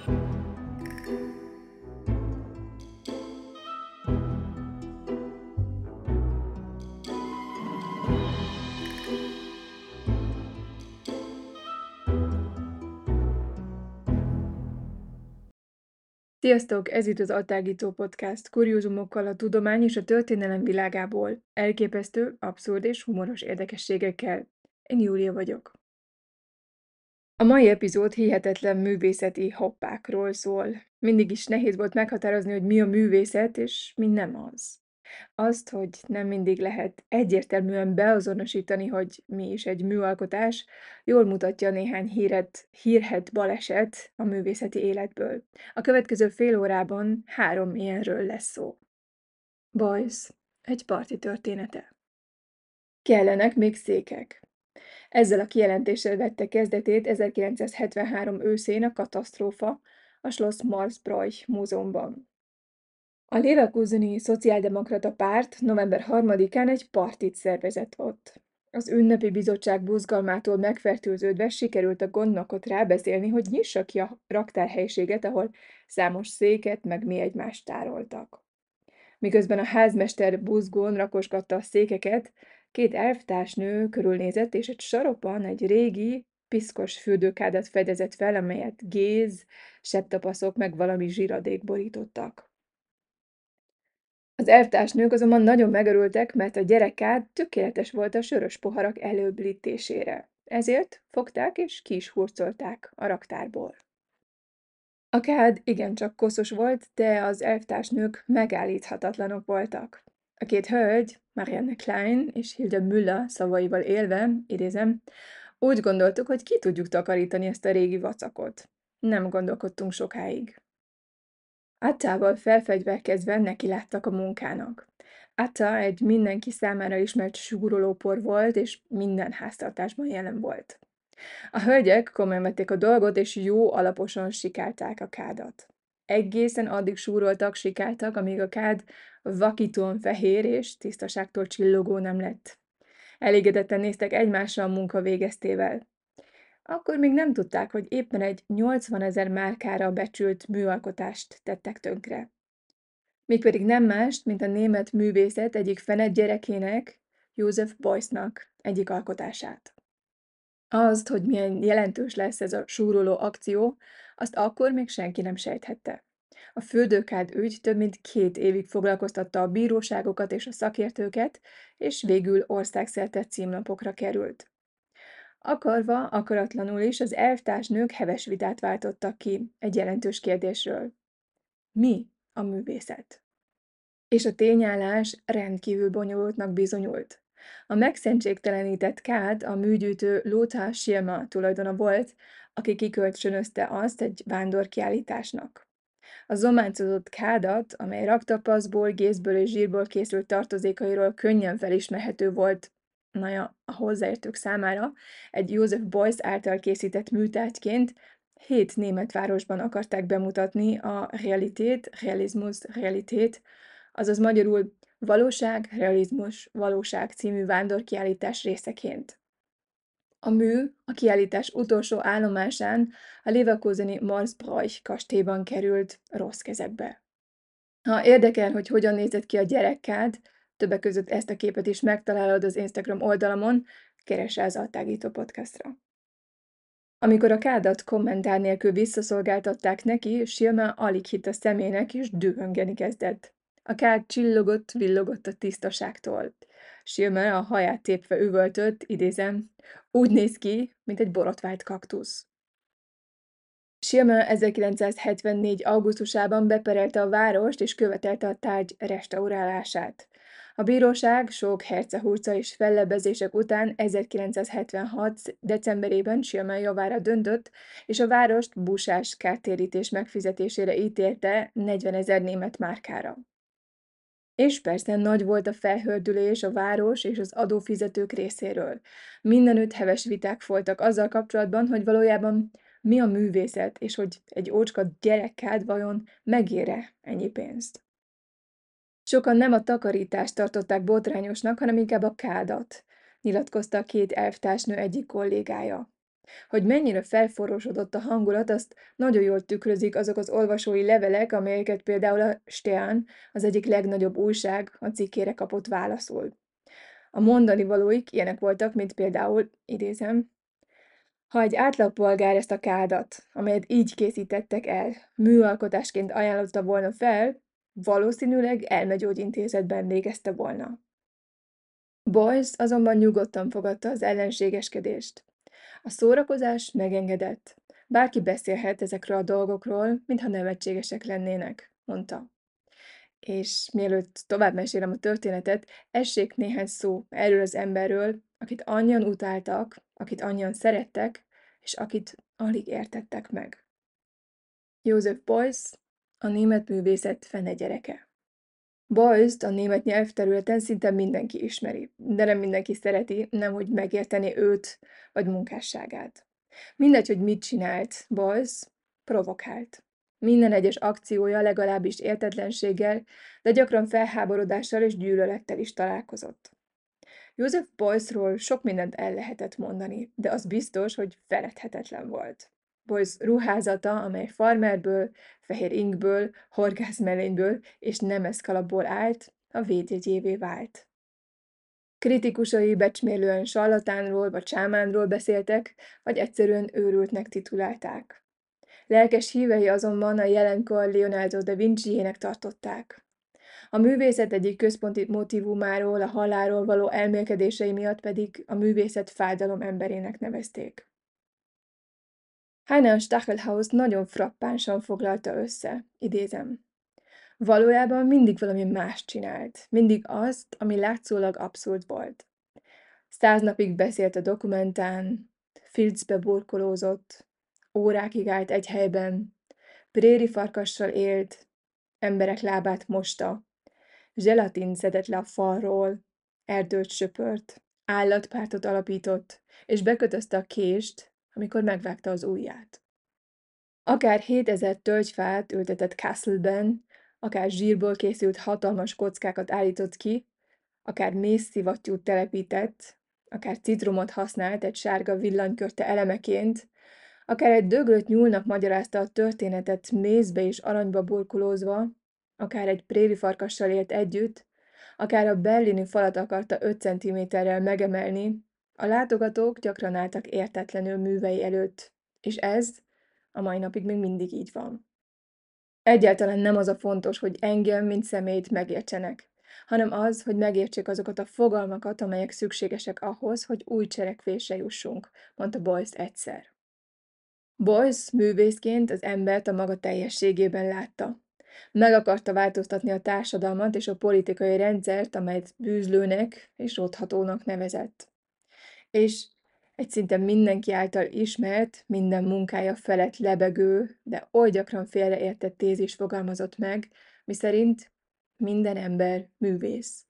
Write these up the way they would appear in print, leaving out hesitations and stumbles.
Sziasztok! Ez itt az Attágító Podcast, kuriózumokkal a tudomány és a történelem világából. Elképesztő, abszurd és humoros érdekességekkel. Én Júlia vagyok. A mai epizód hihetetlen művészeti hoppákról szól. Mindig is nehéz volt meghatározni, hogy mi a művészet, és mi nem az. Azt, hogy nem mindig lehet egyértelműen beazonosítani, hogy mi is egy műalkotás, jól mutatja néhány hírhedt baleset a művészeti életből. A következő fél órában 3 ilyenről lesz szó. Bajsz, egy parti története. Kellenek még székek. Ezzel a kijelentéssel vette kezdetét 1973 őszén a katasztrófa a Schloss Marsbroich múzeumban. A Leverkuseni Szociáldemokrata Párt november 3-án egy partit szervezett ott. Az ünnepi bizottság buzgalmától megfertőződve sikerült a gondnokot rábeszélni, hogy nyissa ki a raktárhelyiséget, ahol számos széket meg mi egymást tároltak. Miközben a házmester buzgón rakosgatta a székeket, két elvtársnő körülnézett, és egy sarokban egy régi, piszkos fürdőkádat fedezett fel, amelyet géz, sebtapaszok meg valami zsiradék borítottak. Az elvtársnők azonban nagyon megörültek, mert a gyerekkád tökéletes volt a sörös poharak előblítésére. Ezért fogták és ki is hurcolták a raktárból. A kád igencsak koszos volt, de az elvtársnők megállíthatatlanok voltak. A két hölgy, Marianne Klein és Hilde Müller szavaival élve, idézem, úgy gondoltuk, hogy ki tudjuk takarítani ezt a régi vacakot. Nem gondolkodtunk sokáig. Attával felfegyverkezve nekiláttak a munkának. Atta egy mindenki számára ismert súrolópor volt, és minden háztartásban jelen volt. A hölgyek komolyan vették a dolgot, és jó alaposan sikálták a kádat. Egészen addig súroltak, sikáltak, amíg a kád vakítóan fehér és tisztaságtól csillogó nem lett. Elégedetten néztek egymásra a munka végeztével. Akkor még nem tudták, hogy éppen egy 80 000 márkára becsült műalkotást tettek tönkre. Mégpedig nem mást, mint a német művészet egyik fenett gyerekének, Joseph Beuysnak egyik alkotását. Azt, hogy milyen jelentős lesz ez a súroló akció, azt akkor még senki nem sejthette. A fürdőkád ügy több mint 2 évig foglalkoztatta a bíróságokat és a szakértőket, és végül országszerte címlapokra került. Akarva, akaratlanul is az elvtársnők heves vitát váltottak ki egy jelentős kérdésről. Mi a művészet? És a tényállás rendkívül bonyolultnak bizonyult. A megszentségtelenített kád a műgyűjtő Lothar Schirmer tulajdona volt, aki kikölcsönözte azt egy vándorkiállításnak. A zománcozott kádat, amely raktapaszból, gézből és zsírból készült tartozékairól könnyen felismerhető volt, a hozzáértők számára, egy Joseph Beuys által készített műtárgyként 7 német városban akarták bemutatni a Realizmus, Realität, azaz magyarul Valóság, Realizmus, Valóság című vándorkiállítás részeként. A mű a kiállítás utolsó állomásán, a leverkuseni Marsbroich kastélyban került rossz kezekbe. Ha érdekel, hogy hogyan nézett ki a gyerekkád, többek között ezt a képet is megtalálod az Instagram oldalamon, keresd rá az Attágító Podcastra. Amikor a kádat kommentár nélkül visszaszolgáltatták neki, Schirmer alig hitt a szemének, és dühöngeni kezdett. A kád csillogott, villogott a tisztaságtól. Schirmer a haját tépve üvöltött, idézem, úgy néz ki, mint egy borotvált kaktusz. Schirmer 1974. augusztusában beperelte a várost és követelte a tárgy restaurálását. A bíróság sok hercehurca és fellebbezések után 1976. decemberében Schirmer javára döntött, és a várost busás kártérítés megfizetésére ítélte 40 000 német márkára. És persze nagy volt a felhördülés a város és az adófizetők részéről. Mindenütt heves viták folytak azzal kapcsolatban, hogy valójában mi a művészet, és hogy egy ócska gyerekkád vajon megér-e ennyi pénzt. Sokan nem a takarítást tartották botrányosnak, hanem inkább a kádat, nyilatkozta a két elvtársnő egyik kollégája. Hogy mennyire felforrósodott a hangulat, azt nagyon jól tükrözik azok az olvasói levelek, amelyeket például a Stern, az egyik legnagyobb újság a cikkére kapott válaszul. A mondani valóik ilyenek voltak, mint például, idézem, ha egy átlagpolgár ezt a kádat, amelyet így készítettek el, műalkotásként ajánlotta volna fel, valószínűleg elmegyógyintézetben végezte volna. Boyce azonban nyugodtan fogadta az ellenségeskedést. A szórakozás megengedett. Bárki beszélhet ezekről a dolgokról, mintha nevetségesek lennének, mondta. És mielőtt tovább mesélem a történetet, essék néhány szó erről az emberről, akit annyian utáltak, akit annyian szerettek, és akit alig értettek meg. Joseph Beuys, a német művészet fene gyereke. Bajszt a német nyelvterületen szinte mindenki ismeri, de nem mindenki szereti, nemhogy megérteni őt vagy munkásságát. Mindegy, hogy mit csinált, Bajsz provokált. Minden egyes akciója legalábbis értetlenséggel, de gyakran felháborodással és gyűlölettel is találkozott. József Beuysról sok mindent el lehetett mondani, de az biztos, hogy feledhetetlen volt. Beuys ruházata, amely farmerből, fehér inkből, horgászmelényből és nemeszkalapból állt, a védjegyévé vált. Kritikusai becsmérlően sarlatánról vagy csámánról beszéltek, vagy egyszerűen őrültnek titulálták. Lelkes hívei azonban a jelenkor Leonardo da Vinci-jének tartották. A művészet egyik központi motivumáról, a halálról való elmélkedései miatt pedig a művészet fájdalom emberének nevezték. Heinrich Stachelhaus nagyon frappánsan foglalta össze, idézem. Valójában mindig valami más csinált, mindig azt, ami látszólag abszurd volt. 100 napig beszélt a dokumentán, filcbe burkolózott, órákig állt egy helyben, préri farkassal élt, emberek lábát mosta, zselatint szedett le a falról, erdőt söpört, állatpártot alapított, és bekötözte a kést, amikor megvágta az ujját. Akár 7000 tölgyfát ültetett Castleben, akár zsírból készült hatalmas kockákat állított ki, akár mézszivattyút telepített, akár citromot használt egy sárga villanykörte elemeként, akár egy döglött nyúlnak magyarázta a történetet mézbe és aranyba burkolózva, akár egy prérifarkassal élt együtt, akár a berlini falat akarta 5 centiméterrel megemelni, a látogatók gyakran álltak értetlenül művei előtt, és ez a mai napig még mindig így van. Egyáltalán nem az a fontos, hogy engem, mint személyt megértsenek, hanem az, hogy megértsék azokat a fogalmakat, amelyek szükségesek ahhoz, hogy új cselekvésre jussunk, mondta Boyce egyszer. Boyce művészként az embert a maga teljességében látta. Meg akarta változtatni a társadalmat és a politikai rendszert, amelyet bűzlőnek és rothatónak nevezett. És egy szinte mindenki által ismert, minden munkája felett lebegő, de oly gyakran félreértett tézis fogalmazott meg, miszerint minden ember művész.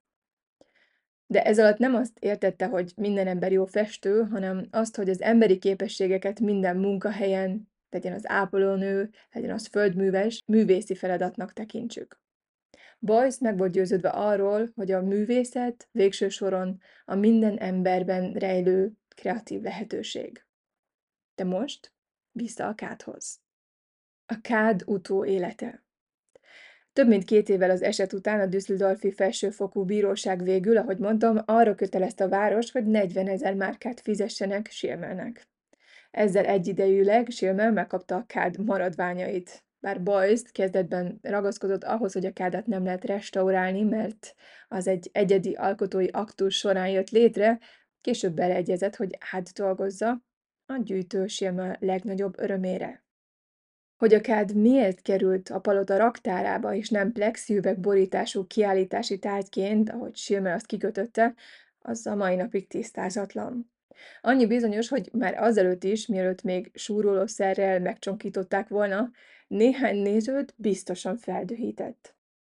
De ez alatt nem azt értette, hogy minden ember jó festő, hanem azt, hogy az emberi képességeket minden munkahelyen, legyen az ápolónő, legyen az földműves, művészi feladatnak tekintsük. Beuys meg volt győződve arról, hogy a művészet végső soron a minden emberben rejlő kreatív lehetőség. De most vissza a kádhoz. A kád utóélete. Több mint 2 évvel az eset után a Düsseldorfi felsőfokú bíróság végül, ahogy mondtam, arra kötelezte a várost, hogy 40 000 márkát fizessenek Schirmernek. Ezzel egyidejűleg Schirmer megkapta a kád maradványait. Bár Beuys kezdetben ragaszkodott ahhoz, hogy a kádat nem lehet restaurálni, mert az egy egyedi alkotói aktus során jött létre, később beleegyezett, hogy átdolgozza a gyűjtő Schirmer legnagyobb örömére. Hogy a kád miért került a palota raktárába, és nem plexi-üveg borítású kiállítási tárgyként, ahogy Schirmer azt kikötötte, az a mai napig tisztázatlan. Annyi bizonyos, hogy már azelőtt is, mielőtt még súrolószerrel megcsonkították volna, néhány nézőt biztosan feldühített.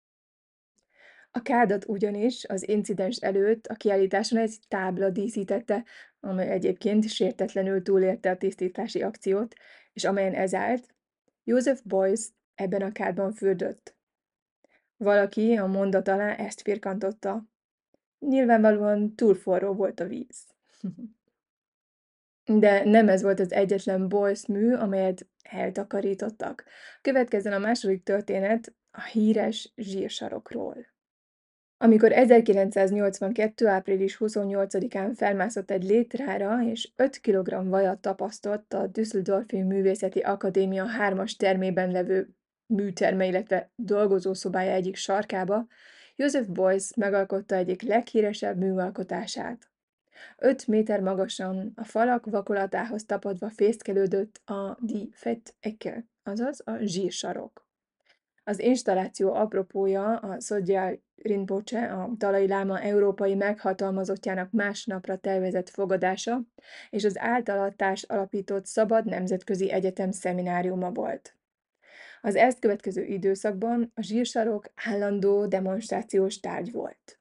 A kádat ugyanis az incidens előtt a kiállításon egy tábla díszítette, amely egyébként sértetlenül túlélte a tisztítási akciót, és amelyen ez állt: Joseph Beuys ebben a kádban fürdött. Valaki a mondat alá ezt firkantotta. Nyilvánvalóan túl forró volt a víz. De nem ez volt az egyetlen Boyce mű, amelyet eltakarítottak. Következzen a második történet a híres zsírsarokról. Amikor 1982. április 28-án felmászott egy létrára, és 5 kg vajat tapasztott a Düsseldorfi Művészeti Akadémia 3-as termében levő műterme, illetve dolgozószobája egyik sarkába, Joseph Beuys megalkotta egyik leghíresebb műalkotását. 5 méter magasan, a falak vakolatához tapadva fészkelődött a Die Fettecke, azaz a zsírsarok. Az installáció apropója a Szoggyal Rinpoche, a Dalai Láma európai meghatalmazottjának másnapra tervezett fogadása, és az általa alapított Szabad Nemzetközi Egyetem szemináriuma volt. Az ezt következő időszakban a zsírsarok állandó demonstrációs tárgy volt.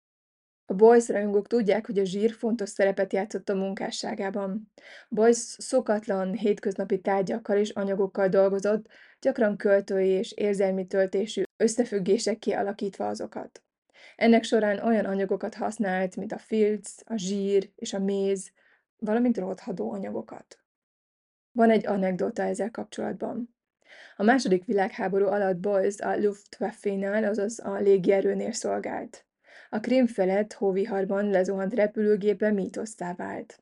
A Beuys rajongók tudják, hogy a zsír fontos szerepet játszott a munkásságában. Beuys szokatlan, hétköznapi tárgyakkal és anyagokkal dolgozott, gyakran költői és érzelmi töltésű összefüggések kialakítva azokat. Ennek során olyan anyagokat használt, mint a filc, a zsír és a méz, valamint rothadó anyagokat. Van egy anekdota ezzel kapcsolatban. A második világháború alatt Beuys a Luftwaffe-nál, azaz a légierőnél szolgált. A Krím felett hóviharban lezuhant repülőgépe mítosszá vált.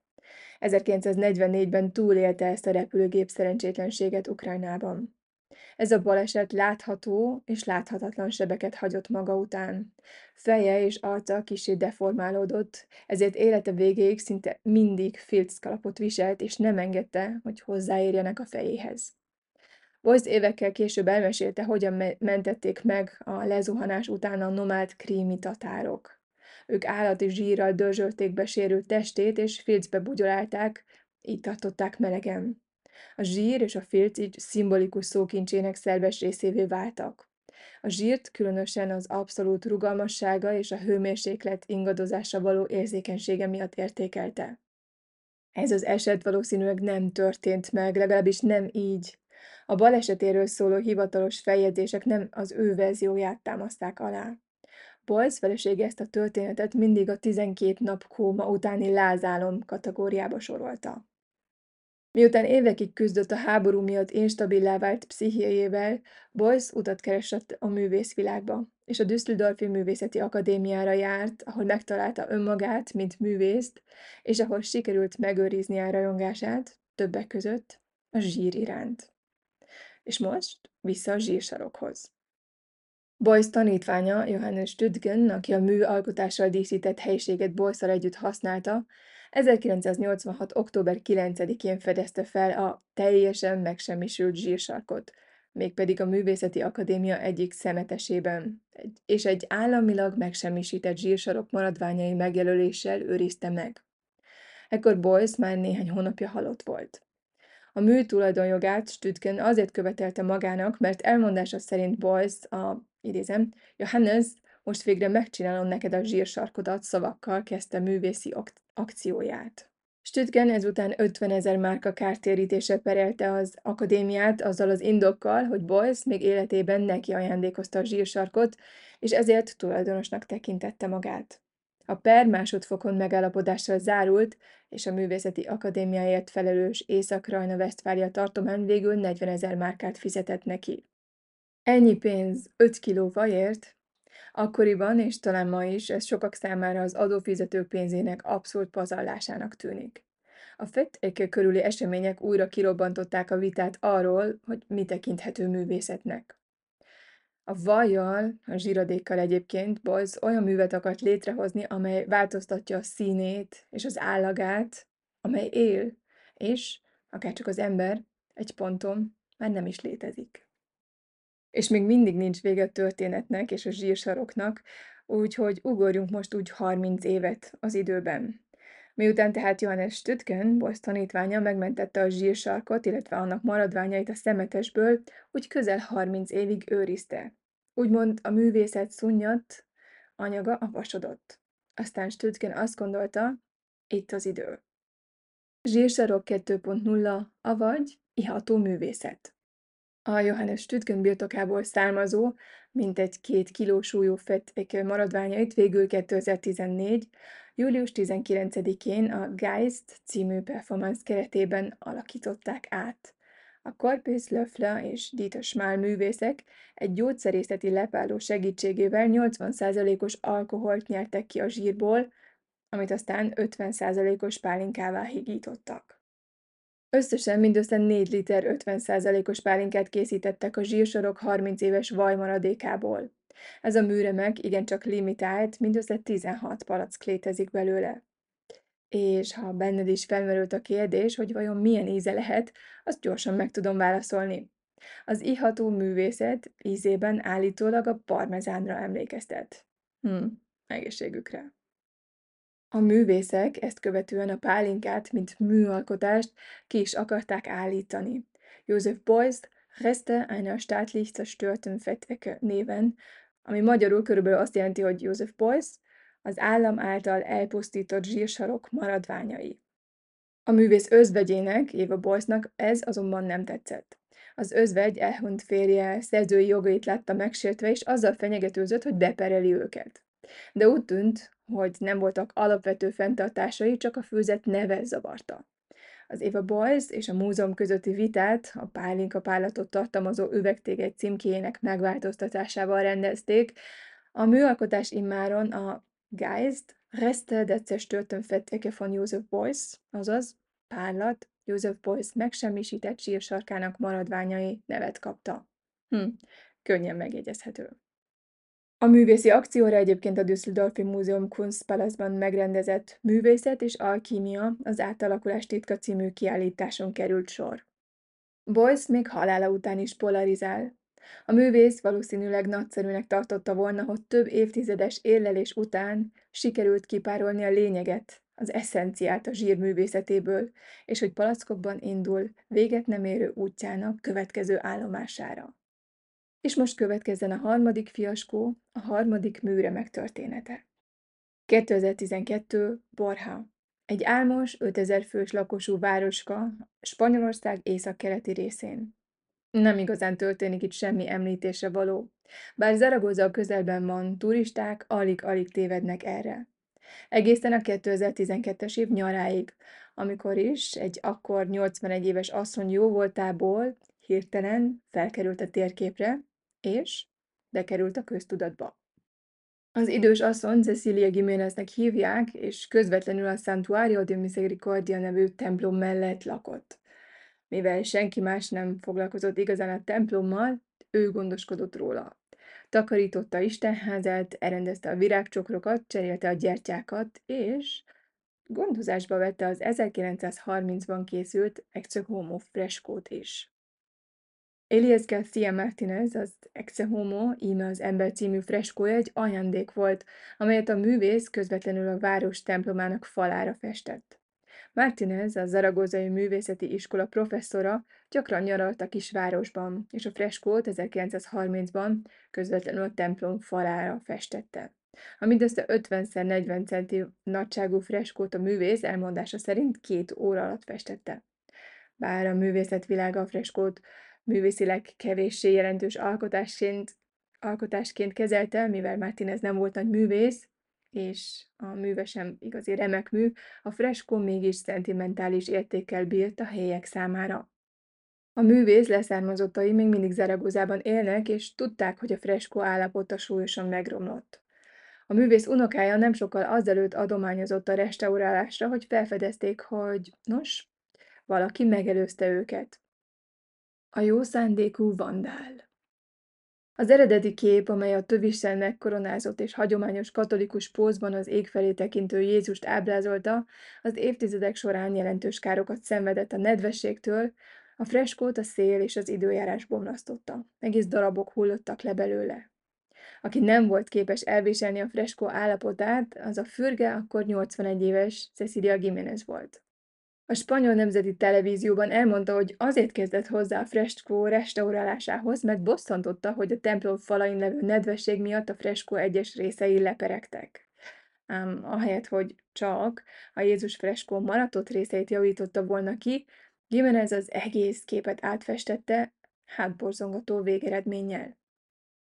1944-ben túlélte ezt a repülőgép szerencsétlenséget Ukrajnában. Ez a baleset látható és láthatatlan sebeket hagyott maga után. Feje és arca kissé deformálódott, ezért élete végéig szinte mindig filckalapot viselt, és nem engedte, hogy hozzáérjenek a fejéhez. Boyce évekkel később elmesélte, hogyan mentették meg a lezuhanás után a nomád krími tatárok. Ők állati zsírral dörzsölték be sérült testét, és filcbe bugyolálták, így tartották melegen. A zsír és a filc így szimbolikus szókincsének szerves részévé váltak. A zsírt különösen az abszolút rugalmassága és a hőmérséklet ingadozása való érzékenysége miatt értékelte. Ez az eset valószínűleg nem történt meg, legalábbis nem így. A balesetéről szóló hivatalos feljegyzések nem az ő verzióját támaszták alá. Beuys felesége ezt a történetet mindig a 12 nap kóma utáni lázálom kategóriába sorolta. Miután évekig küzdött a háború miatt instabilá vált pszichéjével, Beuys utat keresett a művészvilágba, és a Düsseldorfi Művészeti Akadémiára járt, ahol megtalálta önmagát, mint művészt, és ahol sikerült megőriznie rajongását, többek között a zsír iránt. És most vissza a zsírsarokhoz. Beuys tanítványa, Johannes Stütgen, aki a mű alkotással díszített helyiséget Beuys-szal együtt használta, 1986. október 9-én fedezte fel a teljesen megsemmisült zsírsarkot, mégpedig a Művészeti Akadémia egyik szemetesében, és egy államilag megsemmisített zsírsarok maradványai megjelöléssel őrizte meg. Ekkor Beuys már néhány hónapja halott volt. A mű tulajdonjogát Stütgen azért követelte magának, mert elmondása szerint Beuys idézem, Johannes, most végre megcsinálom neked a zsírsarkodat szavakkal kezdte művészi akcióját. Stütgen ezután 50 000 márka kártérítése perelte az akadémiát azzal az indokkal, hogy Beuys még életében neki ajándékozta a zsírsarkot, és ezért tulajdonosnak tekintette magát. A per másodfokon megállapodással zárult, és a Művészeti Akadémiáért felelős Észak-Rajna-Vesztfália tartomány végül 40 000 márkát fizetett neki. Ennyi pénz 5 kiló vajért? Akkoriban, és talán ma is, ez sokak számára az adófizetők pénzének abszolút pazarlásának tűnik. A Fettecke körüli események újra kirobbantották a vitát arról, hogy mi tekinthető művészetnek. A vajjal, a zsíradékkal egyébként Beuys olyan művet akart létrehozni, amely változtatja a színét és az állagát, amely él, és, akárcsak az ember, egy ponton már nem is létezik. És még mindig nincs vége a történetnek és a zsírsaroknak, úgyhogy ugorjunk most úgy 30 évet az időben. Miután tehát Johannes Stütgen, Beuys tanítványa megmentette a zsírsarkot, illetve annak maradványait a szemetesből, úgy közel 30 évig őrizte. Úgymond a művészet szunnyat, anyaga avasodott. Aztán Stütgen azt gondolta, itt az idő. Zsírsarok 2.0, avagy iható művészet. A Johannes Stütgen birtokából származó, mintegy 2 kiló súlyú fették maradványait végül 2014. Július 19-én a Geist című performance keretében alakították át. A Corpus Löffler és Dieter Schmal művészek egy gyógyszerészeti lepáró segítségével 80%-os alkoholt nyertek ki a zsírból, amit aztán 50%-os pálinkává higítottak. Összesen mindössze 4 liter 50%-os pálinkát készítettek a zsírsorok 30 éves vajmaradékából. Ez a műremek igencsak limitált, mindössze 16 palack létezik belőle. És ha benned is felmerült a kérdés, hogy vajon milyen íze lehet, azt gyorsan meg tudom válaszolni. Az iható művészet ízében állítólag a parmezánra emlékeztet. Hm, egészségükre. A művészek ezt követően a pálinkát, mint műalkotást ki is akarták állítani. Joseph Beuys Reste einer staatlich zerstörten Fettecke néven, ami magyarul körülbelül azt jelenti, hogy Joseph Beuys az állam által elpusztított zsírsarok maradványai. A művész özvegyének, Eva Boyce-nak ez azonban nem tetszett. Az özvegy elhunyt férje szerzői jogait látta megsértve, és azzal fenyegetőzött, hogy bepereli őket. De úgy tűnt, hogy nem voltak alapvető fenntartásai, csak a főzet neve zavarta. Az Eva Boyce és a múzeum közötti vitát a pálinka pálatot tartalmazó üvegtégely címkéjének megváltoztatásával rendezték. A műalkotás immáron a Geist Reste der zerstörten Fettecke von Joseph Beuys, azaz párlat Joseph Beuys megsemmisített sírsarkának maradványai nevet kapta. Hm, könnyen megjegyezhető. A művészi akcióra egyébként a Düsseldorfi Múzeum Kunstpalastban megrendezett Művészet és alkímia, az átalakulás titka című kiállításon került sor. Beuys még halála után is polarizál. A művész valószínűleg nagyszerűnek tartotta volna, hogy több évtizedes érlelés után sikerült kipárolni a lényeget, az eszenciát a zsír művészetéből, és hogy palackokban indul véget nem érő útjának következő állomására. És most következzen a harmadik fiaskó, a harmadik műremek története. 2012. Borja. Egy álmos, 5000 fős lakosú városka Spanyolország északkeleti részén. Nem igazán történik itt semmi említésre való. Bár Zaragoza a közelben van, turisták alig-alig tévednek erre. Egészen a 2012-es év nyaráig, amikor is egy akkor 81 éves asszony jóvoltából hirtelen felkerült a térképre, és bekerült a köztudatba. Az idős asszony Cecilia Giméneznek hívják, és közvetlenül a Santuario de Misericordia nevű templom mellett lakott. Mivel senki más nem foglalkozott igazán a templommal, ő gondoskodott róla. Takarította Istenházát, elrendezte a virágcsokrokat, cserélte a gyertyákat, és gondozásba vette az 1930-ban készült Ecce Homo freskót is. Elias García Martínez, az Ecce Homo, íme az ember című freskója egy ajándék volt, amelyet a művész közvetlenül a város templomának falára festett. Martínez, a zaragozai művészeti iskola professzora, gyakran nyaralt a kisvárosban, és a freskót 1930-ban közvetlenül a templom falára festette. A mindössze 50x40 centi nagyságú freskót a művész elmondása szerint 2 óra alatt festette. Bár a művészetvilága a freskót művészileg kevéssé jelentős alkotásként kezelte, mivel Martínez nem volt nagy művész, és a műve sem igazi remek mű, a freskó mégis szentimentális értékkel bírt a helyiek számára. A művész leszármazottai még mindig Zaragozában élnek, és tudták, hogy a freskó állapota súlyosan megromlott. A művész unokája nem sokkal azelőtt adományozott a restaurálásra, hogy felfedezték, hogy nos, valaki megelőzte őket. A jó szándékú vandál. Az eredeti kép, amely a tövissel megkoronázott és hagyományos katolikus pózban az ég felé tekintő Jézust ábrázolta, az évtizedek során jelentős károkat szenvedett a nedvességtől, a freskót a szél és az időjárás bomlasztotta. Egész darabok hullottak le belőle. Aki nem volt képes elviselni a freskó állapotát, az a fürge, akkor 81 éves Cecilia Giménez volt. A spanyol nemzeti televízióban elmondta, hogy azért kezdett hozzá a freskó restaurálásához, mert bosszantotta, hogy a templom falain levő nedvesség miatt a freskó egyes részei leperegtek. Ám ahelyett, hogy csak a Jézus freskó maradt részeit javította volna ki, Gimenez az egész képet átfestette, hátborzongató végeredménnyel.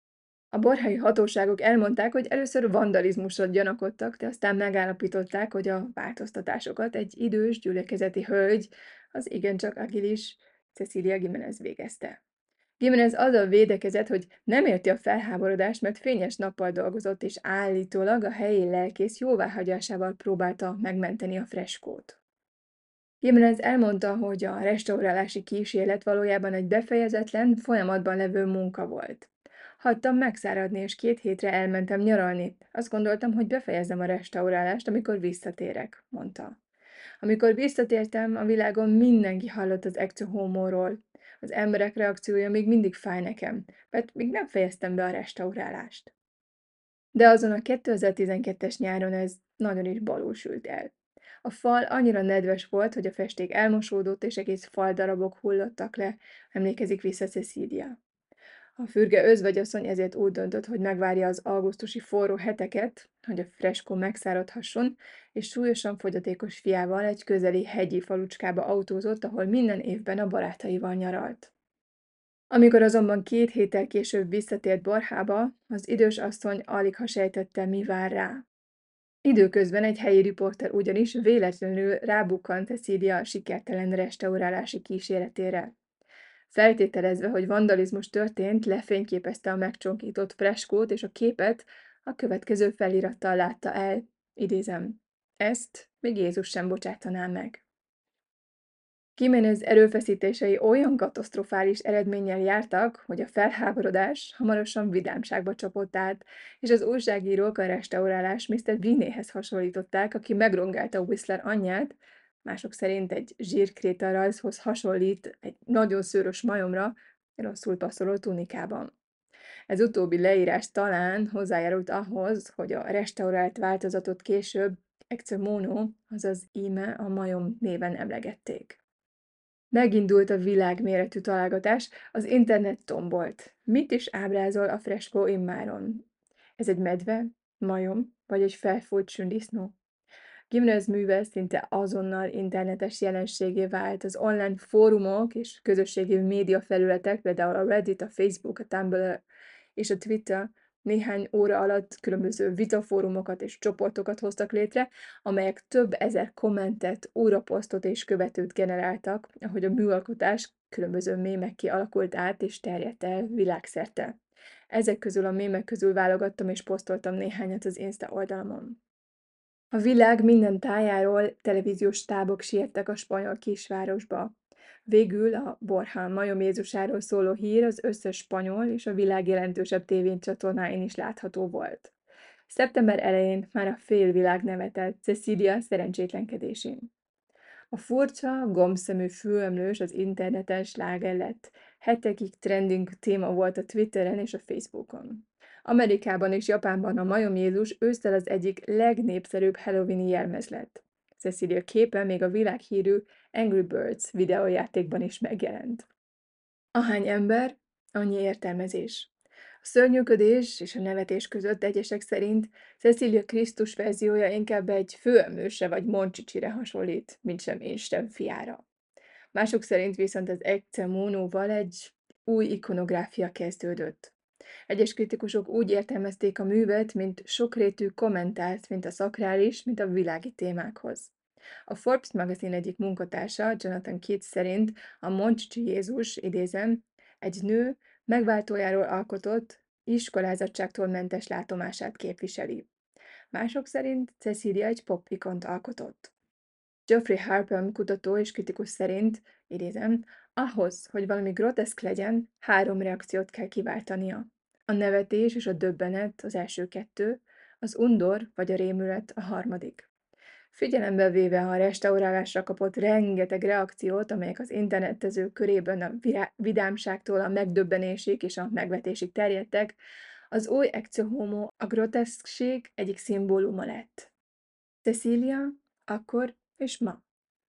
A borhelyi hatóságok elmondták, hogy először vandalizmusra gyanakodtak, de aztán megállapították, hogy a változtatásokat egy idős gyülekezeti hölgy, az igencsak agilis Cecilia Gimenez végezte. Gimenez azzal védekezett, hogy nem érti a felháborodást, mert fényes nappal dolgozott, és állítólag a helyi lelkész jóváhagyásával próbálta megmenteni a freskót. Jimenez elmondta, hogy a restaurálási kísérlet valójában egy befejezetlen, folyamatban levő munka volt. Hagytam megszáradni, és 2 hétre elmentem nyaralni. Azt gondoltam, hogy befejezem a restaurálást, amikor visszatérek, mondta. Amikor visszatértem, a világon mindenki hallott az Ecce Homo-ról. Az emberek reakciója még mindig fáj nekem, mert még nem fejeztem be a restaurálást. De azon a 2012-es nyáron ez nagyon is balul sült el. A fal annyira nedves volt, hogy a festék elmosódott, és egész faldarabok hullottak le, emlékezik vissza Cecilia. A fürge özvegyasszony ezért úgy döntött, hogy megvárja az augusztusi forró heteket, hogy a freskó megszáradhasson, és súlyosan fogyatékos fiával egy közeli hegyi falucskába autózott, ahol minden évben a barátaival nyaralt. Amikor azonban 2 héttel később visszatért Borhába, az idős asszony aligha sejtette, mi vár rá. Időközben egy helyi riporter ugyanis véletlenül rábukkant Cecilia sikertelen restaurálási kíséretére. Feltételezve, hogy vandalizmus történt, lefényképezte a megcsonkított freskót, és a képet a következő felirattal látta el. Idézem. Ezt még Jézus sem bocsátaná meg. Jiménez erőfeszítései olyan katasztrofális eredménnyel jártak, hogy a felháborodás hamarosan vidámságba csapott át, és az újságírók a restaurálás Mr. Binéhez hasonlították, aki megrongálta Whistler anyját, mások szerint egy zsírkréta rajzhoz hasonlít egy nagyon szőrös majomra, rosszul passzoló tunikában. Ez utóbbi leírás talán hozzájárult ahhoz, hogy a restaurált változatot később Ecce Mono, azaz íme a majom néven emlegették. Megindult a világméretű találgatás, az internet tombolt. Mit is ábrázol a freskó immáron? Ez egy medve, majom, vagy egy felfújt sündisznó? Gimnez műve szinte azonnal internetes jelenségé vált. Az online fórumok és közösségi média felületek, például a Reddit, a Facebook, a Tumblr és a Twitter néhány óra alatt különböző vitafórumokat és csoportokat hoztak létre, amelyek több ezer kommentet, újraposztot és követőt generáltak, ahogy a műalkotás különböző mémekké alakult át és terjedt el világszerte. Ezek közül a mémek közül válogattam és posztoltam néhányat az Insta oldalamon. A világ minden tájáról televíziós stábok siettek a spanyol kisvárosba. Végül a Borja majom Jézusáról szóló hír az összes spanyol és a világ jelentősebb tévécsatornáin is látható volt. Szeptember elején már a félvilág nevetett Cecilia szerencsétlenkedésén. A furcsa, gombszemű főemlős az interneten sláger lett. Hetekig trending téma volt a Twitteren és a Facebookon. Amerikában és Japánban a majom Jézus ősszel az egyik legnépszerűbb halloweeni jelmez lett. Cecilia képe még a világhírű Angry Birds videójátékban is megjelent. Ahány ember, annyi értelmezés. A szörnyűködés és a nevetés között egyesek szerint Cecilia Krisztus verziója inkább egy főemlősre vagy Moncsicsire hasonlít, mint sem Isten fiára. Mások szerint viszont az Ecce Monóval egy új ikonográfia kezdődött. Egyes kritikusok úgy értelmezték a művet, mint sokrétű kommentárt, mint a szakrális, mint a világi témákhoz. A Forbes magazin egyik munkatársa, Jonathan Keats szerint a Moncsicsi Jézus, idézem, egy nő megváltójáról alkotott, iskolázatságtól mentes látomását képviseli. Mások szerint Cecilia egy pop-ikont alkotott. Geoffrey Harpum kutató és kritikus szerint, idézem, ahhoz, hogy valami groteszk legyen, 3 reakciót kell kiváltania. A nevetés és a döbbenet az első 2, az undor vagy a rémület a harmadik. Figyelembe véve a restaurálásra kapott rengeteg reakciót, amelyek az internetezők körében a vidámságtól a megdöbbenésig és a megvetésig terjedtek, az új Ecce Homo a groteszkség egyik szimbóluma lett. Cecilia, akkor és ma.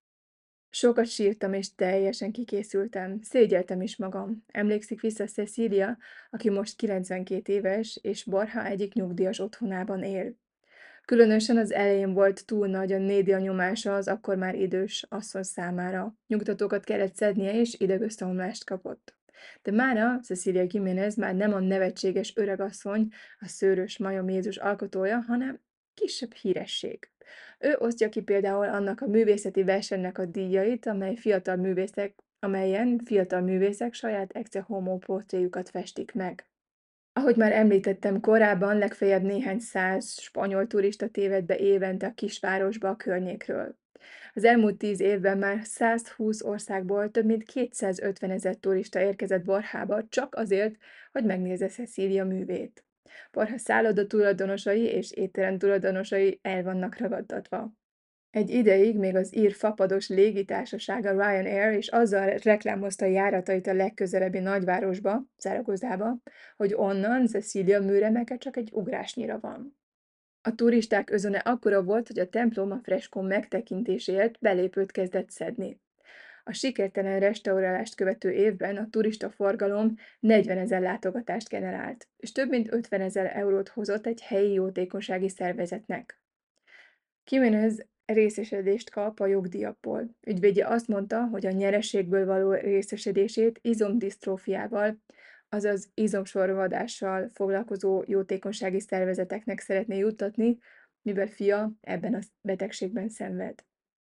Sokat sírtam és teljesen kikészültem, szégyeltem is magam. Emlékszik vissza Cecilia, aki most 92 éves, és Borja egyik nyugdíjas otthonában él. Különösen az elején volt túl nagy a média nyomása az akkor már idős asszony számára. Nyugtatókat kellett szednie, és idegösszeomlást kapott. De mára Cecilia Giménez már nem a nevetséges öregasszony, a szőrös majom Jézus alkotója, hanem kisebb híresség. Ő osztja ki például annak a művészeti versenynek a díjait, amelyen fiatal művészek saját ecce homo portréjukat festik meg. Ahogy már említettem korábban, legfeljebb néhány száz spanyol turista téved be évente a kisvárosba a környékről. Az elmúlt 10 évben már 120 országból több mint 250 000 turista érkezett Borjába csak azért, hogy megnézze Cecília művét. Borja szálloda tulajdonosai és étterem tulajdonosai el vannak ragadtatva. Egy ideig még az ír fapados légitársasága Ryanair is azzal reklámozta járatait a legközelebbi nagyvárosba, Zaragozába, hogy onnan Cecilia műremeke csak egy ugrásnyira van. A turisták özöne akkora volt, hogy a templom a freskón megtekintéséért belépőt kezdett szedni. A sikertelen restaurálást követő évben a turista forgalom 40 000 látogatást generált, és több mint 50 000 eurót hozott egy helyi jótékonysági szervezetnek. Jiménez részesedést kap a jogdíjakból. Ügyvédje azt mondta, hogy a nyereségből való részesedését izomdisztrófiával, azaz izomsorvadással foglalkozó jótékonysági szervezeteknek szeretné juttatni, mivel fia ebben a betegségben szenved.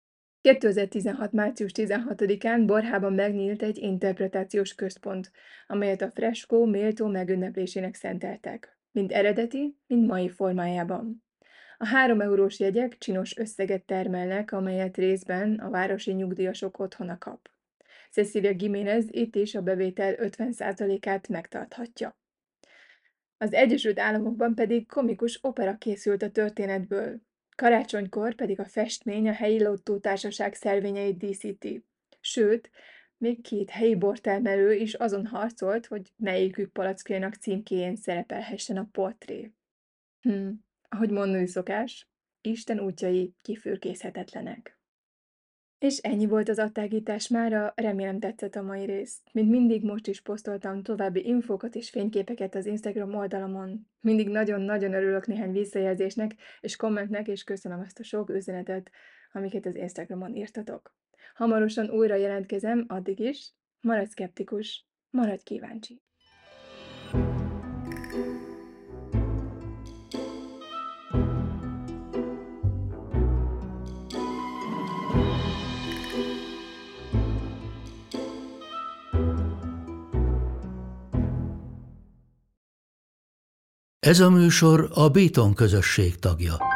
2016. március 16-án Borjában megnyílt egy interpretációs központ, amelyet a freskó méltó megünneplésének szenteltek, mind eredeti, mind mai formájában. A 3 eurós jegyek csinos összeget termelnek, amelyet részben a városi nyugdíjasok otthona kap. Cecilia Giménez itt is a bevétel 50%-át megtarthatja. Az Egyesült Államokban pedig komikus opera készült a történetből. Karácsonykor pedig a festmény a helyi lottótársaság szelvényeit díszíti. Sőt, még 2 helyi bortermelő is azon harcolt, hogy melyikük palackjának címkéjén szerepelhessen a portré. Ahogy mondani szokás, Isten útjai kifürkészhetetlenek. És ennyi volt az attágítás mára, remélem tetszett a mai rész. Mint mindig most is posztoltam további infókat és fényképeket az Instagram oldalamon. Mindig nagyon-nagyon örülök néhány visszajelzésnek és kommentnek, és köszönöm azt a sok üzenetet, amiket az Instagramon írtatok. Hamarosan újra jelentkezem, addig is, maradj szkeptikus, maradj kíváncsi! Ez a műsor a Béton közösség tagja.